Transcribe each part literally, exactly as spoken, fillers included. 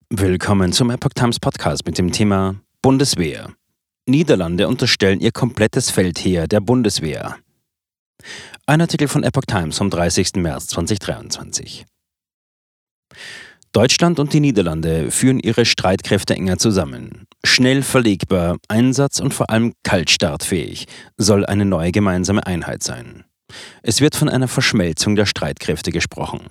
Willkommen zum Epoch Times Podcast mit dem Thema Bundeswehr. Niederlande unterstellen ihr komplettes Feldheer der Bundeswehr. Ein Artikel von Epoch Times vom dreißigsten März zweitausenddreiundzwanzig. Deutschland und die Niederlande führen ihre Streitkräfte enger zusammen. Schnell verlegbar, einsatz- und vor allem kaltstartfähig soll eine neue gemeinsame Einheit sein. Es wird von einer Verschmelzung der Streitkräfte gesprochen.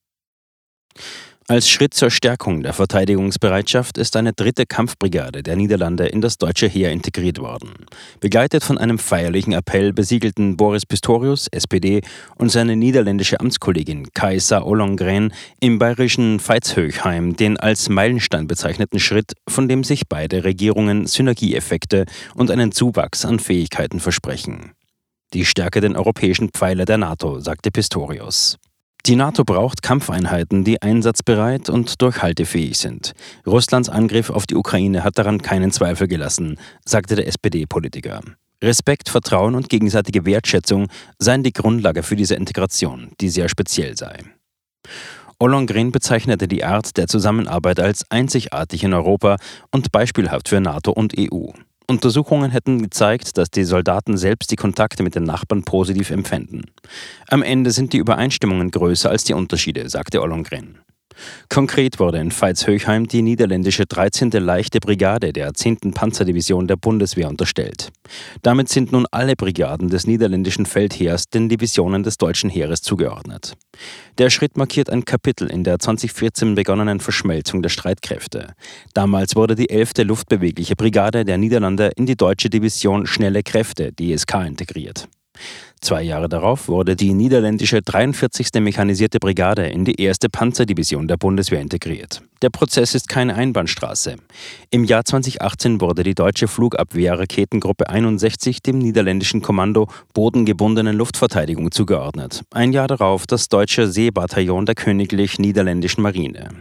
Als Schritt zur Stärkung der Verteidigungsbereitschaft ist eine dritte Kampfbrigade der Niederlande in das deutsche Heer integriert worden. Begleitet von einem feierlichen Appell besiegelten Boris Pistorius, S P D, und seine niederländische Amtskollegin Kajsa Ollongren im bayerischen Veitshöchheim den als Meilenstein bezeichneten Schritt, von dem sich beide Regierungen Synergieeffekte und einen Zuwachs an Fähigkeiten versprechen. Die Stärke den europäischen Pfeiler der NATO, sagte Pistorius. Die NATO braucht Kampfeinheiten, die einsatzbereit und durchhaltefähig sind. Russlands Angriff auf die Ukraine hat daran keinen Zweifel gelassen, sagte der S P D-Politiker. Respekt, Vertrauen und gegenseitige Wertschätzung seien die Grundlage für diese Integration, die sehr speziell sei. Ollongren bezeichnete die Art der Zusammenarbeit als einzigartig in Europa und beispielhaft für NATO und E U. Untersuchungen hätten gezeigt, dass die Soldaten selbst die Kontakte mit den Nachbarn positiv empfänden. Am Ende sind die Übereinstimmungen größer als die Unterschiede, sagte Ollongren. Konkret wurde in Veitshöchheim die niederländische dreizehnte leichte Brigade der zehnten Panzerdivision der Bundeswehr unterstellt. Damit sind nun alle Brigaden des niederländischen Feldheers den Divisionen des deutschen Heeres zugeordnet. Der Schritt markiert ein Kapitel in der zweitausendvierzehn begonnenen Verschmelzung der Streitkräfte. Damals wurde die elfte luftbewegliche Brigade der Niederlande in die deutsche Division Schnelle Kräfte, D S K, integriert. Zwei Jahre darauf wurde die niederländische dreiundvierzigste Mechanisierte Brigade in die erste Panzerdivision der Bundeswehr integriert. Der Prozess ist keine Einbahnstraße. Im Jahr zweitausendachtzehn wurde die deutsche Flugabwehr-Raketengruppe einundsechzig dem niederländischen Kommando bodengebundenen Luftverteidigung zugeordnet. Ein Jahr darauf das deutsche Seebataillon der Königlich Niederländischen Marine.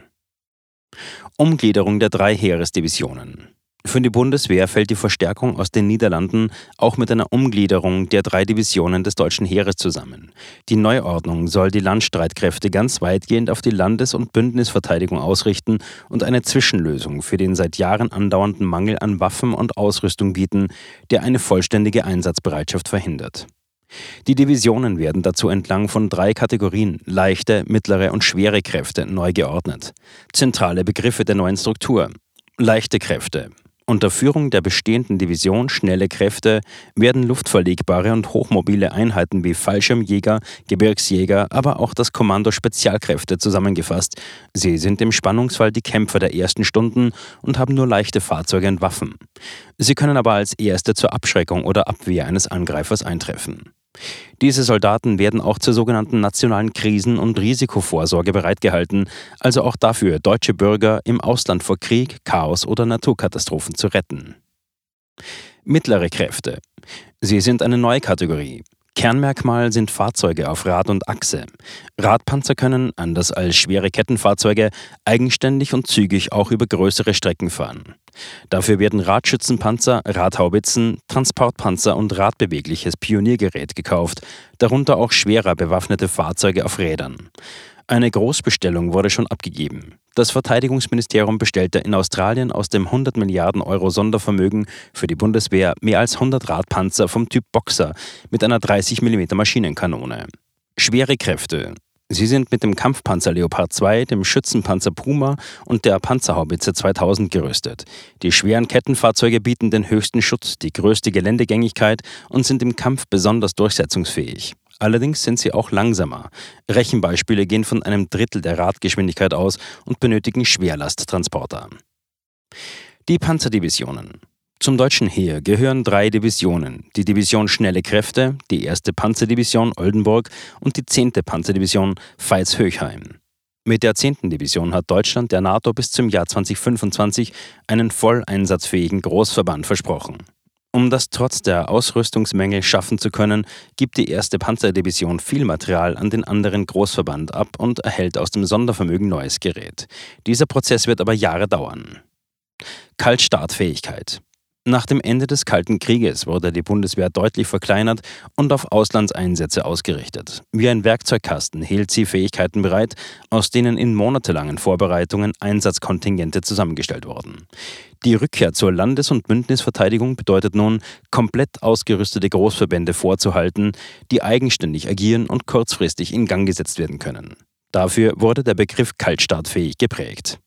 Umgliederung der drei Heeresdivisionen. Für die Bundeswehr fällt die Verstärkung aus den Niederlanden auch mit einer Umgliederung der drei Divisionen des deutschen Heeres zusammen. Die Neuordnung soll die Landstreitkräfte ganz weitgehend auf die Landes- und Bündnisverteidigung ausrichten und eine Zwischenlösung für den seit Jahren andauernden Mangel an Waffen und Ausrüstung bieten, der eine vollständige Einsatzbereitschaft verhindert. Die Divisionen werden dazu entlang von drei Kategorien, leichte, mittlere und schwere Kräfte, neu geordnet. Zentrale Begriffe der neuen Struktur: leichte Kräfte. Unter Führung der bestehenden Division Schnelle Kräfte werden luftverlegbare und hochmobile Einheiten wie Fallschirmjäger, Gebirgsjäger, aber auch das Kommando Spezialkräfte zusammengefasst. Sie sind im Spannungsfall die Kämpfer der ersten Stunden und haben nur leichte Fahrzeuge und Waffen. Sie können aber als Erste zur Abschreckung oder Abwehr eines Angreifers eintreffen. Diese Soldaten werden auch zur sogenannten nationalen Krisen- und Risikovorsorge bereitgehalten, also auch dafür, deutsche Bürger im Ausland vor Krieg, Chaos oder Naturkatastrophen zu retten. Mittlere Kräfte. Sie sind eine neue Kategorie. Kernmerkmal sind Fahrzeuge auf Rad und Achse. Radpanzer können, anders als schwere Kettenfahrzeuge, eigenständig und zügig auch über größere Strecken fahren. Dafür werden Radschützenpanzer, Radhaubitzen, Transportpanzer und radbewegliches Pioniergerät gekauft, darunter auch schwerer bewaffnete Fahrzeuge auf Rädern. Eine Großbestellung wurde schon abgegeben. Das Verteidigungsministerium bestellte in Australien aus dem hundert Milliarden Euro Sondervermögen für die Bundeswehr mehr als hundert Radpanzer vom Typ Boxer mit einer dreißig Millimeter Maschinenkanone. Schwere Kräfte. Sie sind mit dem Kampfpanzer Leopard zwei, dem Schützenpanzer Puma und der Panzerhaubitze zweitausend gerüstet. Die schweren Kettenfahrzeuge bieten den höchsten Schutz, die größte Geländegängigkeit und sind im Kampf besonders durchsetzungsfähig. Allerdings sind sie auch langsamer. Rechenbeispiele gehen von einem Drittel der Radgeschwindigkeit aus und benötigen Schwerlasttransporter. Die Panzerdivisionen. Zum deutschen Heer gehören drei Divisionen: die Division Schnelle Kräfte, die erste Panzerdivision Oldenburg und die zehnte Panzerdivision Veitshöchheim. Mit der zehnten Division hat Deutschland der NATO bis zum Jahr zweitausendfünfundzwanzig einen voll einsatzfähigen Großverband versprochen. Um das trotz der Ausrüstungsmängel schaffen zu können, gibt die erste Panzerdivision viel Material an den anderen Großverband ab und erhält aus dem Sondervermögen neues Gerät. Dieser Prozess wird aber Jahre dauern. Kaltstartfähigkeit. Nach dem Ende des Kalten Krieges wurde die Bundeswehr deutlich verkleinert und auf Auslandseinsätze ausgerichtet. Wie ein Werkzeugkasten hielt sie Fähigkeiten bereit, aus denen in monatelangen Vorbereitungen Einsatzkontingente zusammengestellt wurden. Die Rückkehr zur Landes- und Bündnisverteidigung bedeutet nun, komplett ausgerüstete Großverbände vorzuhalten, die eigenständig agieren und kurzfristig in Gang gesetzt werden können. Dafür wurde der Begriff kaltstartfähig geprägt.